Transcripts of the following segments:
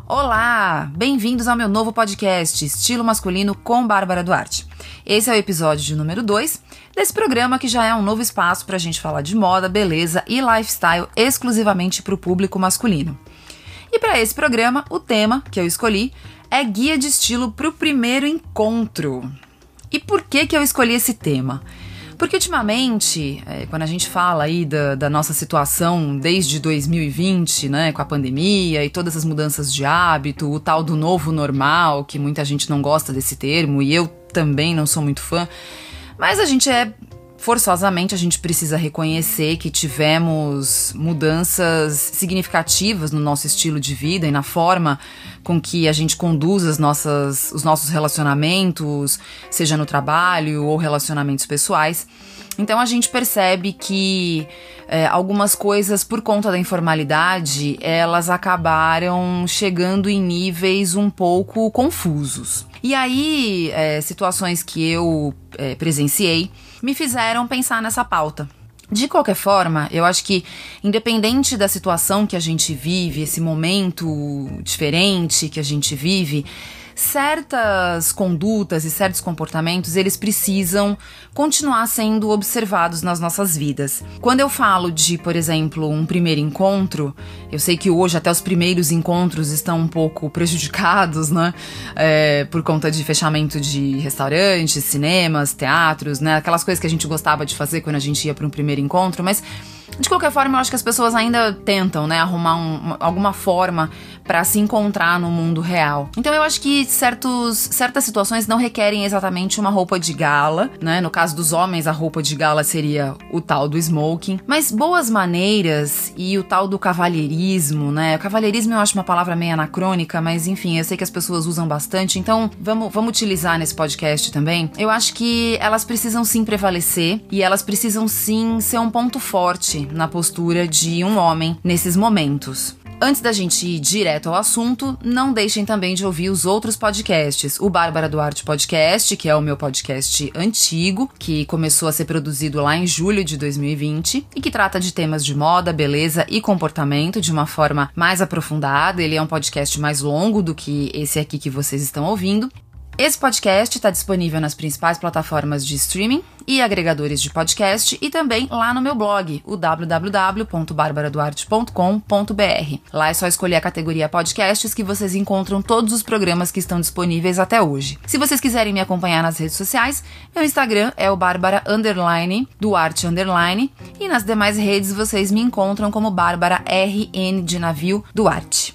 Olá! Bem-vindos ao meu novo podcast, Estilo Masculino com Bárbara Duarte. Esse é o episódio de número 2 desse programa que já é um novo espaço para a gente falar de moda, beleza e lifestyle exclusivamente para o público masculino. E para esse programa, o tema que eu escolhi é guia de estilo para o primeiro encontro. E por que eu escolhi esse tema? Porque ultimamente, quando a gente fala aí da nossa situação desde 2020, né, com a pandemia e todas as mudanças de hábito, o tal do novo normal, que muita gente não gosta desse termo e eu também não sou muito fã, mas forçosamente a gente precisa reconhecer que tivemos mudanças significativas no nosso estilo de vida e na forma com que a gente conduz os nossos relacionamentos, seja no trabalho ou relacionamentos pessoais. Então a gente percebe que algumas coisas, por conta da informalidade, elas acabaram chegando em níveis um pouco confusos. E aí, situações que eu presenciei me fizeram pensar nessa pauta. De qualquer forma, eu acho que, independente da situação que a gente vive, esse momento diferente que a gente vive, certas condutas e certos comportamentos, eles precisam continuar sendo observados nas nossas vidas. Quando eu falo de, por exemplo, um primeiro encontro, eu sei que hoje até os primeiros encontros estão um pouco prejudicados, né? Por conta de fechamento de restaurantes, cinemas, teatros, né? Aquelas coisas que a gente gostava de fazer quando a gente ia para um primeiro encontro, mas de qualquer forma, eu acho que as pessoas ainda tentam, né, arrumar alguma forma para se encontrar no mundo real. Então eu acho que certas situações não requerem exatamente uma roupa de gala, né? No caso dos homens, a roupa de gala seria o tal do smoking. Mas boas maneiras e o tal do cavalheirismo, né? O cavalheirismo eu acho uma palavra meio anacrônica, mas enfim, eu sei que as pessoas usam bastante, então vamos utilizar nesse podcast também. Eu acho que elas precisam sim prevalecer e elas precisam sim ser um ponto forte na postura de um homem nesses momentos. Antes da gente ir direto ao assunto, não deixem também de ouvir os outros podcasts. O Bárbara Duarte Podcast, que é o meu podcast antigo, que começou a ser produzido lá em julho de 2020 e que trata de temas de moda, beleza e comportamento de uma forma mais aprofundada. Ele é um podcast mais longo do que esse aqui que vocês estão ouvindo. Esse podcast está disponível nas principais plataformas de streaming e agregadores de podcast e também lá no meu blog, o www.barbaraduarte.com.br. Lá é só escolher a categoria podcasts que vocês encontram todos os programas que estão disponíveis até hoje. Se vocês quiserem me acompanhar nas redes sociais, meu Instagram é o Bárbara_Duarte_ e nas demais redes vocês me encontram como Bárbara RN de navio Duarte.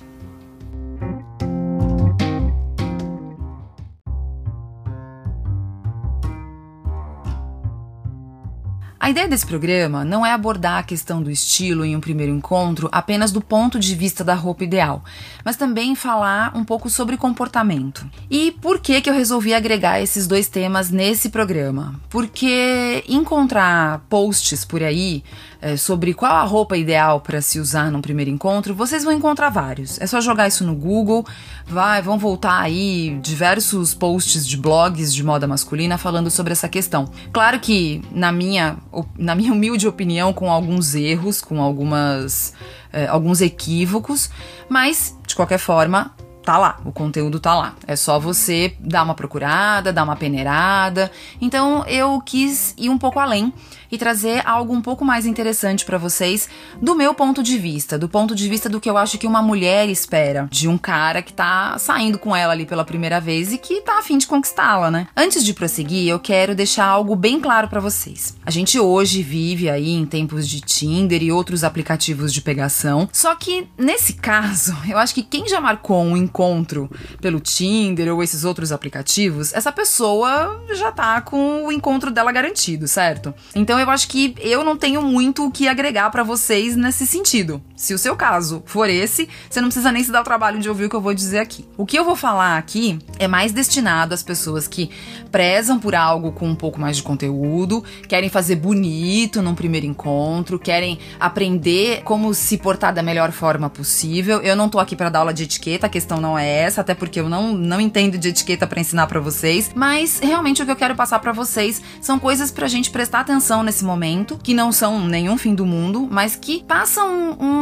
A ideia desse programa não é abordar a questão do estilo em um primeiro encontro apenas do ponto de vista da roupa ideal, mas também falar um pouco sobre comportamento. E por que eu resolvi agregar esses dois temas nesse programa? Porque encontrar posts por aí sobre qual a roupa ideal para se usar num primeiro encontro, vocês vão encontrar vários. É só jogar isso no Google, vão voltar aí diversos posts de blogs de moda masculina falando sobre essa questão. Claro que, na minha humilde opinião, com alguns erros, com alguns equívocos, mas, de qualquer forma, tá lá, o conteúdo tá lá. É só você dar uma procurada, dar uma peneirada. Então, eu quis ir um pouco além e trazer algo um pouco mais interessante pra vocês do meu ponto de vista, do ponto de vista do que eu acho que uma mulher espera de um cara que tá saindo com ela ali pela primeira vez e que tá a fim de conquistá-la, né? Antes de prosseguir, eu quero deixar algo bem claro pra vocês. A gente hoje vive aí em tempos de Tinder e outros aplicativos de pegação, só que nesse caso, eu acho que quem já marcou um encontro pelo Tinder ou esses outros aplicativos, essa pessoa já tá com o encontro dela garantido, certo? Então eu acho que eu não tenho muito o que agregar pra vocês nesse sentido. Se o seu caso for esse, você não precisa nem se dar o trabalho de ouvir o que eu vou dizer aqui. O que eu vou falar aqui é mais destinado às pessoas que prezam por algo com um pouco mais de conteúdo, querem fazer bonito num primeiro encontro, querem aprender como se portar da melhor forma possível. Eu não tô aqui pra dar aula de etiqueta, a questão não é essa, até porque eu não entendo de etiqueta pra ensinar pra vocês, mas realmente o que eu quero passar pra vocês são coisas pra gente prestar atenção nesse momento, que não são nenhum fim do mundo, mas que passam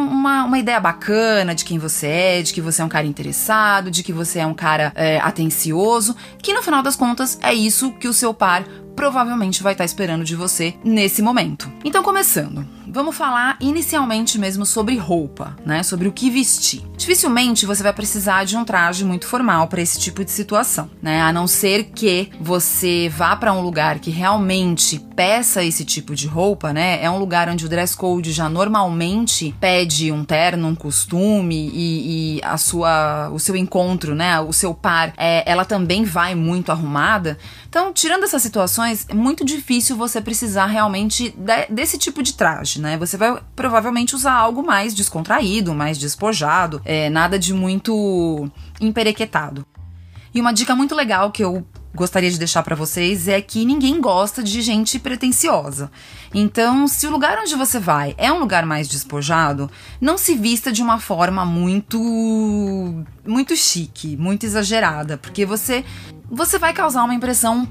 uma ideia bacana de quem você é, de que você é um cara interessado, de que você é um cara atencioso, que no final das contas é isso que o seu par provavelmente vai estar esperando de você nesse momento. Então, começando, vamos falar inicialmente mesmo sobre roupa, né? Sobre o que vestir. Dificilmente você vai precisar de um traje muito formal para esse tipo de situação, né? A não ser que você vá para um lugar que realmente peça esse tipo de roupa, né? É um lugar onde o dress code já normalmente pede um terno, um costume e o seu encontro, né? O seu par, ela também vai muito arrumada. Então, tirando essas situações, é muito difícil você precisar realmente desse tipo de traje, né? Você vai provavelmente usar algo mais descontraído, mais despojado, nada de muito emperequetado. E uma dica muito legal que eu gostaria de deixar pra vocês é que ninguém gosta de gente pretensiosa. Então, se o lugar onde você vai é um lugar mais despojado, não se vista de uma forma muito chique, muito exagerada, porque você vai causar uma impressão um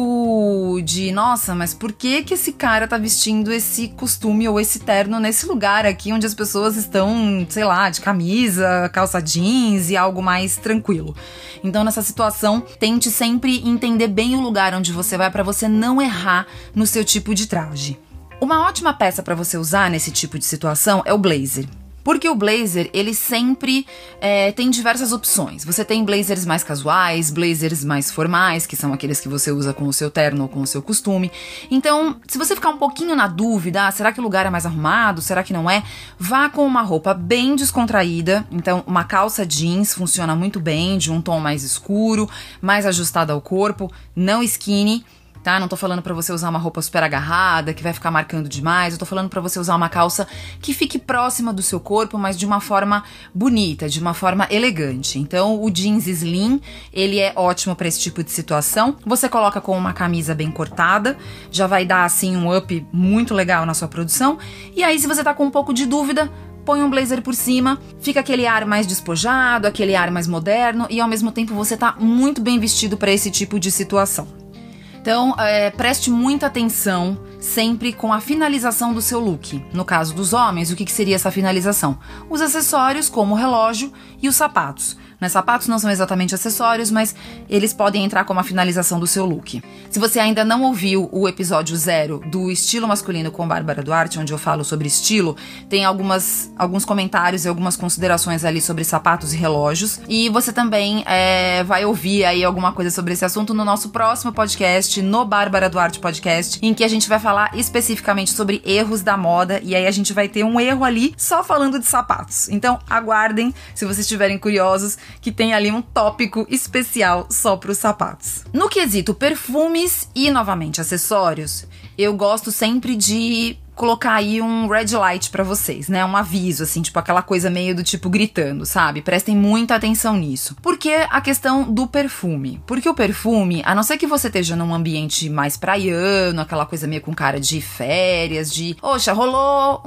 pouco de, nossa, mas por que esse cara tá vestindo esse costume ou esse terno nesse lugar aqui onde as pessoas estão, sei lá, de camisa, calça jeans e algo mais tranquilo. Então, nessa situação, tente sempre entender bem o lugar onde você vai para você não errar no seu tipo de traje. Uma ótima peça para você usar nesse tipo de situação é o blazer. Porque o blazer, ele sempre tem diversas opções. Você tem blazers mais casuais, blazers mais formais, que são aqueles que você usa com o seu terno ou com o seu costume. Então, se você ficar um pouquinho na dúvida, será que o lugar é mais arrumado? Será que não é? Vá com uma roupa bem descontraída. Então, uma calça jeans funciona muito bem, de um tom mais escuro, mais ajustada ao corpo, não skinny. Tá? Não tô falando pra você usar uma roupa super agarrada, que vai ficar marcando demais. Eu tô falando pra você usar uma calça que fique próxima do seu corpo, mas de uma forma bonita, de uma forma elegante. Então, o jeans slim, ele é ótimo pra esse tipo de situação. Você coloca com uma camisa bem cortada, já vai dar, assim, um up muito legal na sua produção. E aí, se você tá com um pouco de dúvida, põe um blazer por cima, fica aquele ar mais despojado, aquele ar mais moderno, e ao mesmo tempo você tá muito bem vestido pra esse tipo de situação. Então, preste muita atenção sempre com a finalização do seu look. No caso dos homens, o que seria essa finalização? Os acessórios, como o relógio e os sapatos. Sapatos não são exatamente acessórios, mas eles podem entrar como a finalização do seu look. Se você ainda não ouviu o episódio 0 do Estilo Masculino com Bárbara Duarte, onde eu falo sobre estilo, tem alguns comentários e algumas considerações ali sobre sapatos e relógios. E você também vai ouvir aí alguma coisa sobre esse assunto no nosso próximo podcast, no Bárbara Duarte Podcast, em que a gente vai falar especificamente sobre erros da moda, e aí a gente vai ter um erro ali só falando de sapatos. Então aguardem, se vocês estiverem curiosos, que tem ali um tópico especial só para os sapatos. No quesito perfumes e, novamente, acessórios, eu gosto sempre de colocar aí um red light pra vocês, né? Um aviso, assim, tipo aquela coisa meio do tipo gritando, sabe? Prestem muita atenção nisso. Por que a questão do perfume? Porque o perfume, a não ser que você esteja num ambiente mais praiano, aquela coisa meio com cara de férias, de, poxa, rolou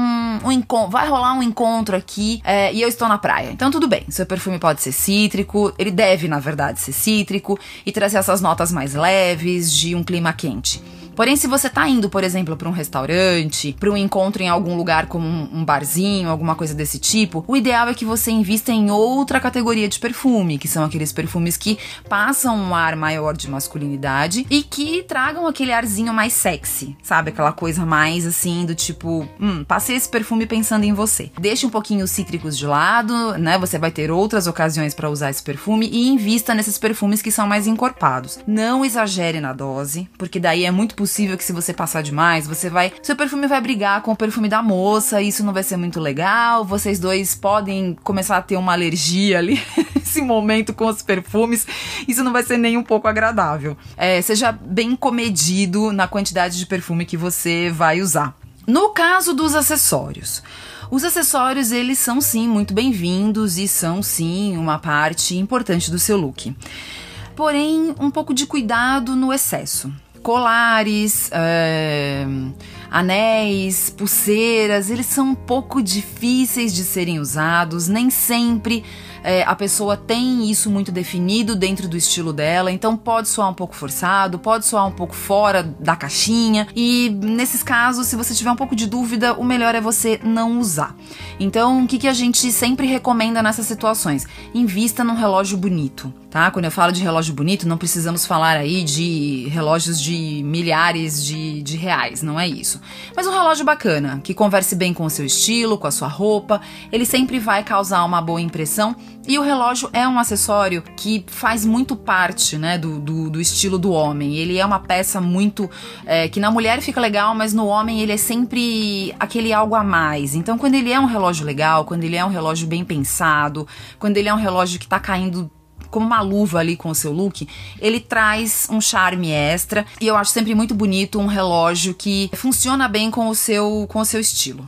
um encontro, vai rolar um encontro aqui e eu estou na praia. Então tudo bem, seu perfume pode ser cítrico, ele deve, na verdade, ser cítrico e trazer essas notas mais leves de um clima quente. Porém, se você tá indo, por exemplo, para um restaurante, para um encontro em algum lugar como um barzinho, alguma coisa desse tipo, o ideal é que você invista em outra categoria de perfume, que são aqueles perfumes que passam um ar maior de masculinidade e que tragam aquele arzinho mais sexy, sabe? Aquela coisa mais assim do tipo, passei esse perfume pensando em você. Deixe um pouquinho os cítricos de lado, né? Você vai ter outras ocasiões para usar esse perfume e invista nesses perfumes que são mais encorpados. Não exagere na dose, porque daí é muito possível que se você passar demais, seu perfume vai brigar com o perfume da moça, isso não vai ser muito legal, vocês dois podem começar a ter uma alergia ali nesse momento com os perfumes, isso não vai ser nem um pouco agradável. Seja bem comedido na quantidade de perfume que você vai usar. No caso dos acessórios, os acessórios, eles são sim muito bem-vindos e são sim uma parte importante do seu look. Porém, um pouco de cuidado no excesso. Colares, anéis, pulseiras, eles são um pouco difíceis de serem usados, nem sempre a pessoa tem isso muito definido dentro do estilo dela, então pode soar um pouco forçado, pode soar um pouco fora da caixinha, e nesses casos, se você tiver um pouco de dúvida, o melhor é você não usar. Então, o que a gente sempre recomenda nessas situações? Invista num relógio bonito, tá? Quando eu falo de relógio bonito, não precisamos falar aí de relógios de milhares de reais, não é isso. Mas um relógio bacana, que converse bem com o seu estilo, com a sua roupa, ele sempre vai causar uma boa impressão, e o relógio é um acessório que faz muito parte, né, do estilo do homem. Ele é uma peça muito... que na mulher fica legal, mas no homem ele é sempre aquele algo a mais. Então, quando ele é um relógio legal, quando ele é um relógio bem pensado, quando ele é um relógio que tá caindo como uma luva ali com o seu look, ele traz um charme extra, e eu acho sempre muito bonito um relógio que funciona bem com o seu estilo.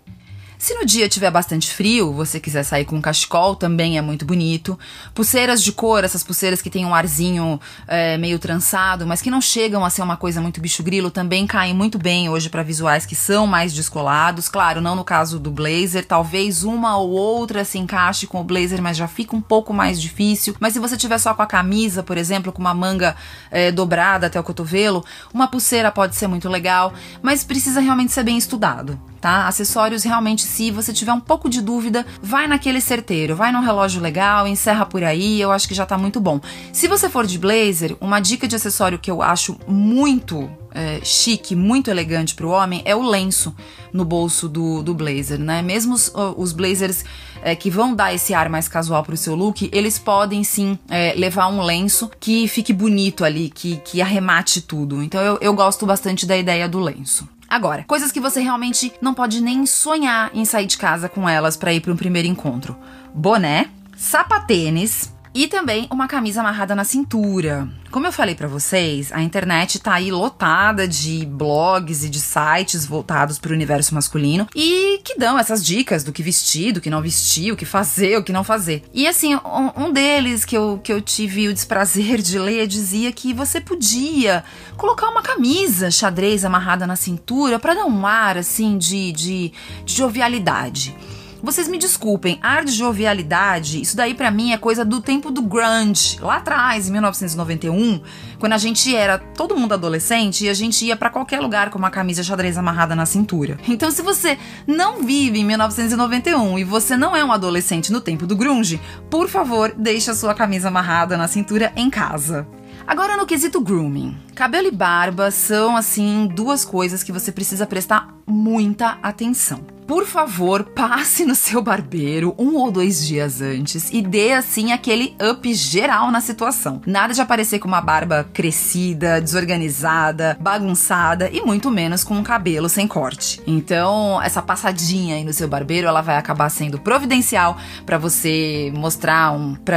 Se no dia tiver bastante frio, você quiser sair com um cachecol, também é muito bonito. Pulseiras de couro, essas pulseiras que tem um arzinho meio trançado, mas que não chegam a ser uma coisa muito bicho grilo, também caem muito bem hoje para visuais que são mais descolados. Claro, não no caso do blazer, talvez uma ou outra se encaixe com o blazer, mas já fica um pouco mais difícil. Mas se você tiver só com a camisa, por exemplo, com uma manga dobrada até o cotovelo, uma pulseira pode ser muito legal, mas precisa realmente ser bem estudado, tá? Acessórios, realmente, se você tiver um pouco de dúvida, vai naquele certeiro, vai num relógio legal, encerra por aí, eu acho que já tá muito bom. Se você for de blazer, uma dica de acessório que eu acho muito chique, muito elegante pro homem, é o lenço no bolso do blazer, né? Mesmo os blazers que vão dar esse ar mais casual pro seu look, eles podem sim levar um lenço que fique bonito ali, que arremate tudo. Então eu gosto bastante da ideia do lenço. Agora, coisas que você realmente não pode nem sonhar em sair de casa com elas para ir para um primeiro encontro: boné, sapatênis e também uma camisa amarrada na cintura. Como eu falei pra vocês, a internet tá aí lotada de blogs e de sites voltados pro universo masculino e que dão essas dicas do que vestir, do que não vestir, o que fazer, o que não fazer. E assim, um deles que eu tive o desprazer de ler dizia que você podia colocar uma camisa xadrez amarrada na cintura pra dar um ar assim de jovialidade. Vocês me desculpem, ar de jovialidade, isso daí pra mim é coisa do tempo do grunge, lá atrás, em 1991, quando a gente era todo mundo adolescente e a gente ia pra qualquer lugar com uma camisa xadrez amarrada na cintura. Então, se você não vive em 1991 e você não é um adolescente no tempo do grunge, por favor, deixe a sua camisa amarrada na cintura em casa. Agora, no quesito grooming, cabelo e barba são, assim, duas coisas que você precisa prestar muita atenção. Por favor, passe no seu barbeiro 1 ou 2 dias antes e dê, assim, aquele up geral na situação. Nada de aparecer com uma barba crescida, desorganizada, bagunçada e muito menos com um cabelo sem corte. Então, essa passadinha aí no seu barbeiro, ela vai acabar sendo providencial pra você mostrar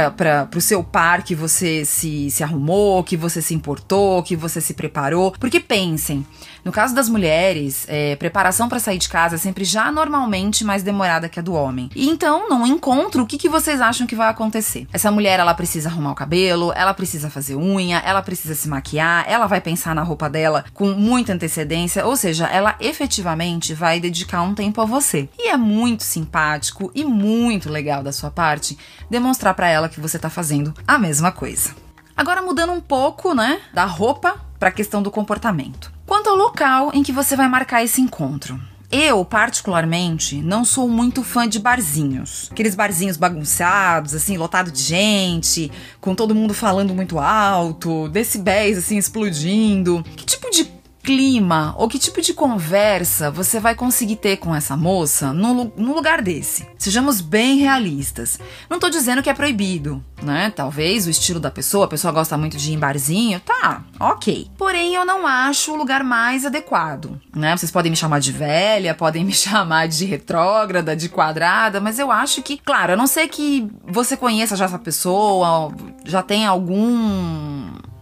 pro seu par que você se arrumou, que você se importou, que você se preparou. Porque pensem, no caso das mulheres, preparação pra sair de casa é sempre já normalmente mais demorada que a do homem. E então, num encontro, o que vocês acham que vai acontecer? Essa mulher, ela precisa arrumar o cabelo, ela precisa fazer unha, ela precisa se maquiar, ela vai pensar na roupa dela com muita antecedência, ou seja, ela efetivamente vai dedicar um tempo a você. E é muito simpático e muito legal da sua parte demonstrar pra ela que você tá fazendo a mesma coisa. Agora, mudando um pouco, né, da roupa pra questão do comportamento. Quanto ao local em que você vai marcar esse encontro. Eu, particularmente, não sou muito fã de barzinhos. Aqueles barzinhos bagunçados, assim, lotado de gente, com todo mundo falando muito alto, decibéis, assim, explodindo. Que tipo de clima ou que tipo de conversa você vai conseguir ter com essa moça num lugar desse? Sejamos bem realistas. Não tô dizendo que é proibido, né? Talvez o estilo da pessoa, a pessoa gosta muito de ir em barzinho, tá, ok. Porém, eu não acho o lugar mais adequado, né? Vocês podem me chamar de velha, podem me chamar de retrógrada, de quadrada, mas eu acho que, claro, a não ser que você conheça já essa pessoa, já tem algum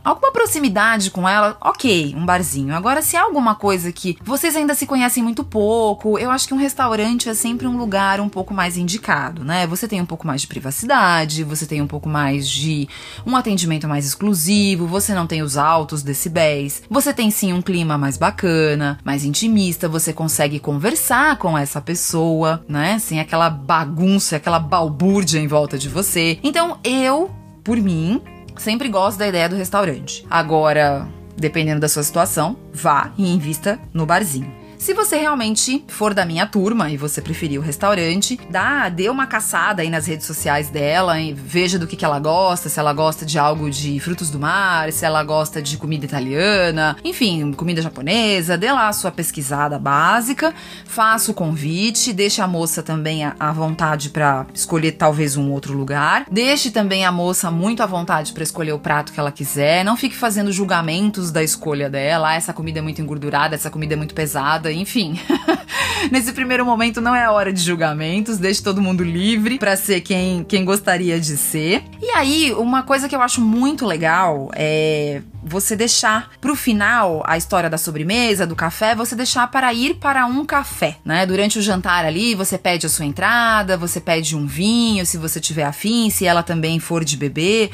alguma proximidade com ela, ok, um barzinho. Agora, se há alguma coisa que vocês ainda se conhecem muito pouco, eu acho que um restaurante é sempre um lugar um pouco mais indicado, né? Você tem um pouco mais de privacidade, você tem um pouco mais de um atendimento mais exclusivo, você não tem os altos decibéis, você tem sim um clima mais bacana, mais intimista, você consegue conversar com essa pessoa, né? Sem aquela bagunça, aquela balbúrdia em volta de você. Então, eu, por mim, sempre gosto da ideia do restaurante. Agora, dependendo da sua situação, vá e invista no barzinho. Se você realmente for da minha turma e você preferir o restaurante, dê uma caçada aí nas redes sociais dela, e veja do que ela gosta, se ela gosta de algo de frutos do mar, se ela gosta de comida italiana, enfim, comida japonesa, dê lá a sua pesquisada básica, faça o convite, deixe a moça também à vontade para escolher talvez um outro lugar, deixe também a moça muito à vontade para escolher o prato que ela quiser, não fique fazendo julgamentos da escolha dela, essa comida é muito engordurada, essa comida é muito pesada, enfim. Nesse primeiro momento não é a hora de julgamentos, deixe todo mundo livre pra ser quem gostaria de ser. E aí, uma coisa que eu acho muito legal é você deixar pro final a história da sobremesa, do café, você deixar para ir para um café, né? Durante o jantar ali, você pede a sua entrada, você pede um vinho, se você tiver afim, se ela também for de beber,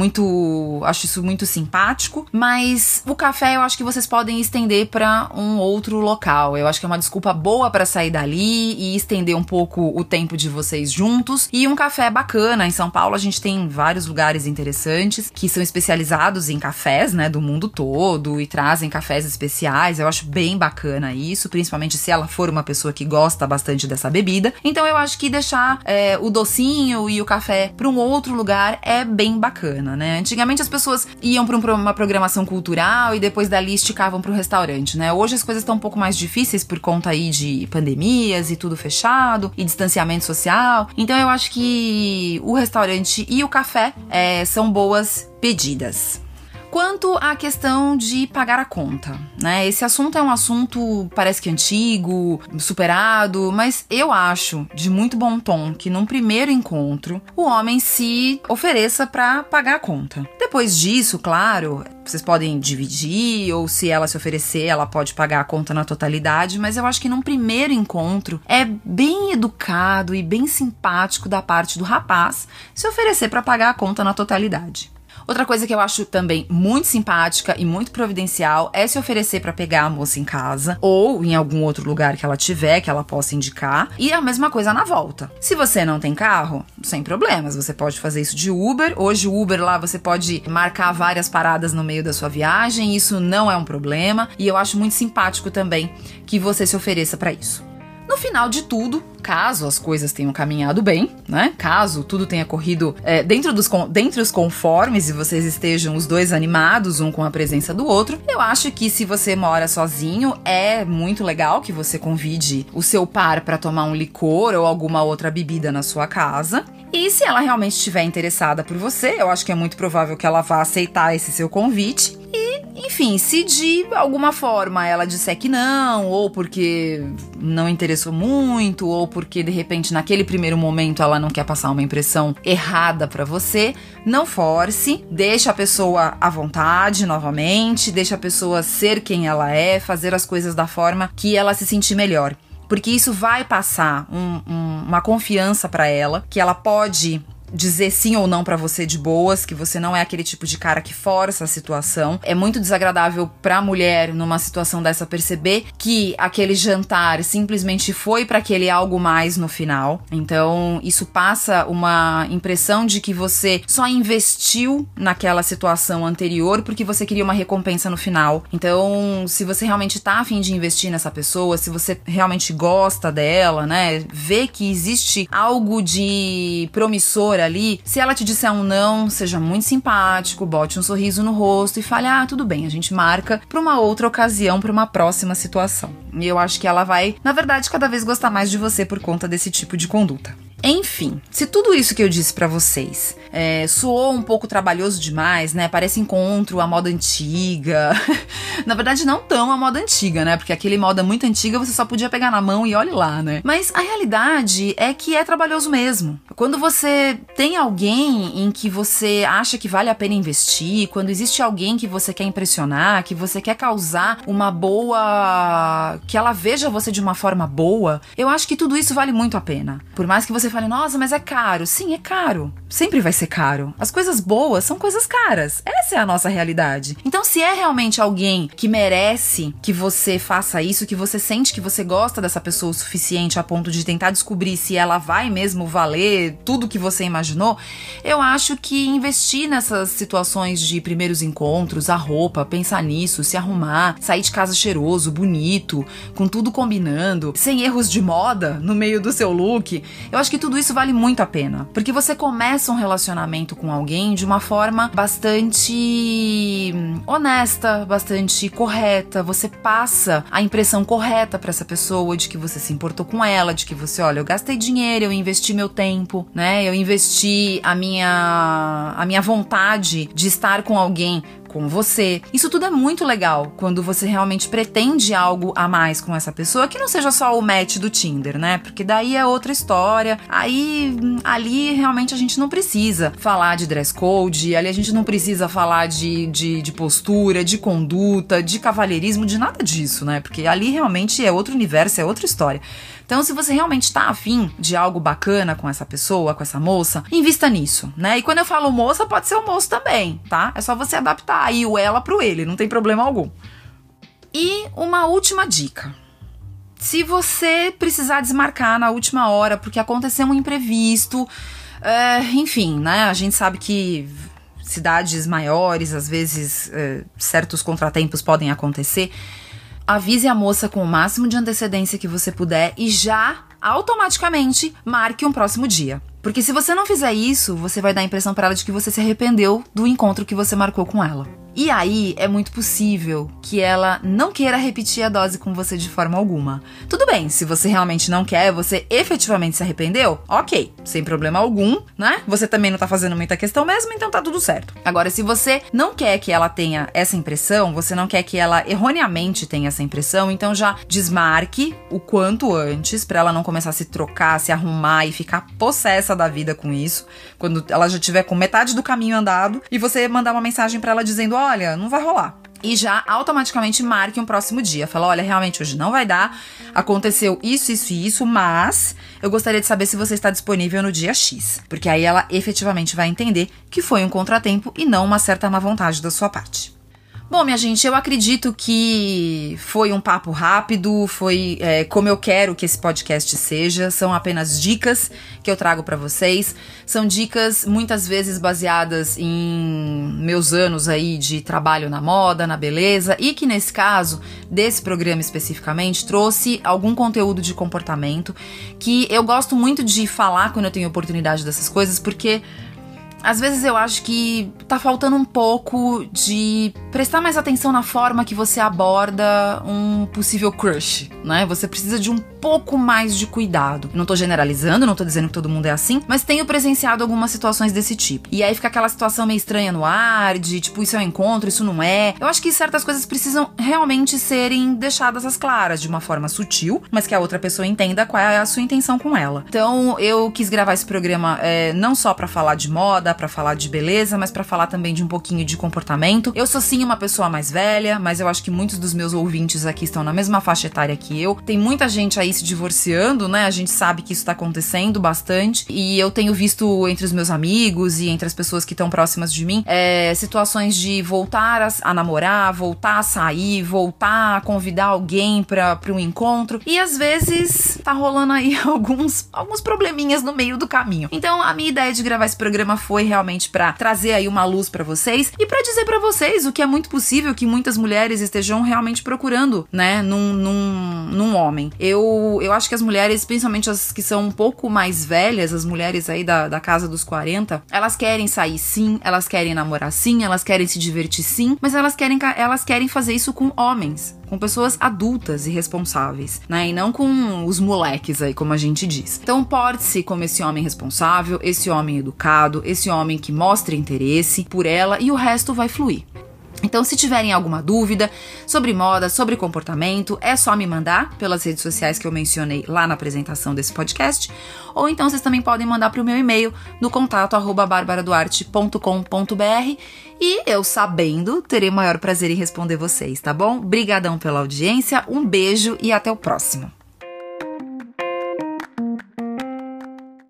acho isso muito simpático, mas o café eu acho que vocês podem estender para um outro local. Eu acho que é uma desculpa boa para sair dali e estender um pouco o tempo de vocês juntos. E um café bacana, em São Paulo a gente tem vários lugares interessantes que são especializados em cafés, né, do mundo todo, e trazem cafés especiais. Eu acho bem bacana isso, principalmente se ela for uma pessoa que gosta bastante dessa bebida. Então eu acho que deixar o docinho e o café para um outro lugar é bem bacana, né? Antigamente as pessoas iam para uma programação cultural e depois dali esticavam para o restaurante, né? Hoje as coisas estão um pouco mais difíceis por conta aí de pandemias e tudo fechado e distanciamento social. Então eu acho que o restaurante e o café são boas pedidas. Quanto à questão de pagar a conta, né? Esse assunto é um assunto, parece que antigo, superado, mas eu acho de muito bom tom que num primeiro encontro o homem se ofereça para pagar a conta. Depois disso, claro, vocês podem dividir, ou se ela se oferecer, ela pode pagar a conta na totalidade, mas eu acho que num primeiro encontro é bem educado e bem simpático da parte do rapaz se oferecer para pagar a conta na totalidade. Outra coisa que eu acho também muito simpática e muito providencial é se oferecer para pegar a moça em casa ou em algum outro lugar que ela tiver, que ela possa indicar, e a mesma coisa na volta. Se você não tem carro, sem problemas, você pode fazer isso de Uber. Hoje o Uber lá você pode marcar várias paradas no meio da sua viagem, isso não é um problema, e eu acho muito simpático também que você se ofereça para isso. No final de tudo, caso as coisas tenham caminhado bem, né? Caso tudo tenha corrido dentre os conformes e vocês estejam os dois animados, um com a presença do outro, eu acho que se você mora sozinho, é muito legal que você convide o seu par para tomar um licor ou alguma outra bebida na sua casa. E se ela realmente estiver interessada por você, eu acho que é muito provável que ela vá aceitar esse seu convite. E, enfim, se de alguma forma ela disser que não, ou porque não interessou muito, ou porque de repente naquele primeiro momento ela não quer passar uma impressão errada pra você, não force, deixa a pessoa à vontade novamente, deixa a pessoa ser quem ela é, fazer as coisas da forma que ela se sentir melhor. Porque isso vai passar uma confiança pra ela, que ela pode dizer sim ou não pra você de boas, que você não é aquele tipo de cara que força a situação. É muito desagradável pra mulher numa situação dessa perceber que aquele jantar simplesmente foi pra aquele algo mais no final. Então isso passa uma impressão de que você só investiu naquela situação anterior porque você queria uma recompensa no final. Então se você realmente tá a fim de investir nessa pessoa, se você realmente gosta dela, né, vê que existe algo de promissor ali, se ela te disser um não, seja muito simpático, bote um sorriso no rosto e fale, tudo bem, a gente marca pra uma outra ocasião, pra uma próxima situação. E eu acho que ela vai, na verdade, cada vez gostar mais de você por conta desse tipo de conduta. Enfim, se tudo isso que eu disse pra vocês soou um pouco trabalhoso demais, né? Parece encontro à moda antiga. Na verdade, não tão à moda antiga, né? Porque aquele moda muito antiga você só podia pegar na mão e olhe lá, né? Mas a realidade é que é trabalhoso mesmo. Quando você tem alguém em que você acha que vale a pena investir, quando existe alguém que você quer impressionar, que você quer causar uma boa... que ela veja você de uma forma boa, eu acho que tudo isso vale muito a pena. Por mais que você fale, nossa, mas é caro. Sim, é caro. Sempre vai ser caro. As coisas boas são coisas caras. Essa é a nossa realidade. Então, se é realmente alguém que merece que você faça isso, que você sente que você gosta dessa pessoa o suficiente a ponto de tentar descobrir se ela vai mesmo valer tudo que você imaginou, eu acho que investir nessas situações de primeiros encontros, a roupa, pensar nisso, se arrumar, sair de casa cheiroso, bonito, com tudo combinando, sem erros de moda no meio do seu look, eu acho que tudo isso vale muito a pena. Porque você começa um relacionamento com alguém de uma forma bastante honesta, bastante correta. Você passa a impressão correta pra essa pessoa de que você se importou com ela, de que você, olha, eu gastei dinheiro, eu investi meu tempo, né? Eu investi a minha vontade de estar com alguém com você. Isso tudo é muito legal quando você realmente pretende algo a mais com essa pessoa, que não seja só o match do Tinder, né? Porque daí é outra história. Aí, ali realmente a gente não precisa falar de dress code, ali a gente não precisa falar de postura, de conduta, de cavalheirismo, de nada disso, né? Porque ali realmente é outro universo, é outra história. Então, se você realmente tá afim de algo bacana com essa pessoa, com essa moça, invista nisso, né? E quando eu falo moça, pode ser o moço também, tá? É só você adaptar aí o ela pro ele, não tem problema algum. E uma última dica. Se você precisar desmarcar na última hora porque aconteceu um imprevisto, enfim, né? A gente sabe que cidades maiores, às vezes, certos contratempos podem acontecer. Avise a moça com o máximo de antecedência que você puder e já, automaticamente, marque um próximo dia. Porque se você não fizer isso, você vai dar a impressão pra ela de que você se arrependeu do encontro que você marcou com ela. E aí, é muito possível que ela não queira repetir a dose com você de forma alguma. Tudo bem, se você realmente não quer, você efetivamente se arrependeu, ok, sem problema algum, né? Você também não tá fazendo muita questão mesmo, então tá tudo certo. Agora, se você não quer que ela tenha essa impressão, você não quer que ela erroneamente tenha essa impressão, então já desmarque o quanto antes, pra ela não começar a se trocar, se arrumar e ficar possessa da vida com isso, quando ela já tiver com metade do caminho andado e você mandar uma mensagem pra ela dizendo, olha, não vai rolar. E já automaticamente marque um próximo dia. Fala, olha, realmente hoje não vai dar, aconteceu isso, isso e isso, mas eu gostaria de saber se você está disponível no dia X. Porque aí ela efetivamente vai entender que foi um contratempo e não uma certa má vontade da sua parte. Bom, minha gente, eu acredito que foi um papo rápido, foi como eu quero que esse podcast seja. São apenas dicas que eu trago pra vocês. São dicas muitas vezes baseadas em meus anos aí de trabalho na moda, na beleza, e que nesse caso, desse programa especificamente, trouxe algum conteúdo de comportamento que eu gosto muito de falar quando eu tenho oportunidade dessas coisas, porque às vezes eu acho que tá faltando um pouco de prestar mais atenção na forma que você aborda um possível crush, né? Você precisa de um pouco mais de cuidado. Não tô generalizando, não tô dizendo que todo mundo é assim, mas tenho presenciado algumas situações desse tipo. E aí fica aquela situação meio estranha no ar, de tipo, isso é um encontro, isso não é. Eu acho que certas coisas precisam realmente serem deixadas às claras, de uma forma sutil, mas que a outra pessoa entenda qual é a sua intenção com ela. Então eu quis gravar esse programa não só pra falar de moda, pra falar de beleza, mas pra falar também de um pouquinho de comportamento. Eu sou sim uma pessoa mais velha, mas eu acho que muitos dos meus ouvintes aqui estão na mesma faixa etária que eu. Tem muita gente aí se divorciando, né? A gente sabe que isso tá acontecendo bastante. E eu tenho visto entre os meus amigos e entre as pessoas que estão próximas de mim, situações de voltar a namorar, voltar a sair, voltar a convidar alguém pra um encontro. E às vezes tá rolando aí alguns probleminhas no meio do caminho. Então a minha ideia de gravar esse programa foi foi realmente pra trazer aí uma luz pra vocês e pra dizer pra vocês o que é muito possível que muitas mulheres estejam realmente procurando, né, num homem. Eu acho que as mulheres, principalmente as que são um pouco mais velhas, as mulheres aí da casa dos 40, elas querem sair sim, elas querem namorar sim, elas querem se divertir sim, mas elas querem fazer isso com homens, com pessoas adultas e responsáveis, né, e não com os moleques aí, como a gente diz. Então porte-se como esse homem responsável, esse homem educado, esse homem que mostra interesse por ela e o resto vai fluir. Então, se tiverem alguma dúvida sobre moda, sobre comportamento, é só me mandar pelas redes sociais que eu mencionei lá na apresentação desse podcast, ou então vocês também podem mandar para o meu e-mail no contato@barbaraduarte.com.br e eu, sabendo, terei o maior prazer em responder vocês, tá bom? Brigadão pela audiência, um beijo e até o próximo.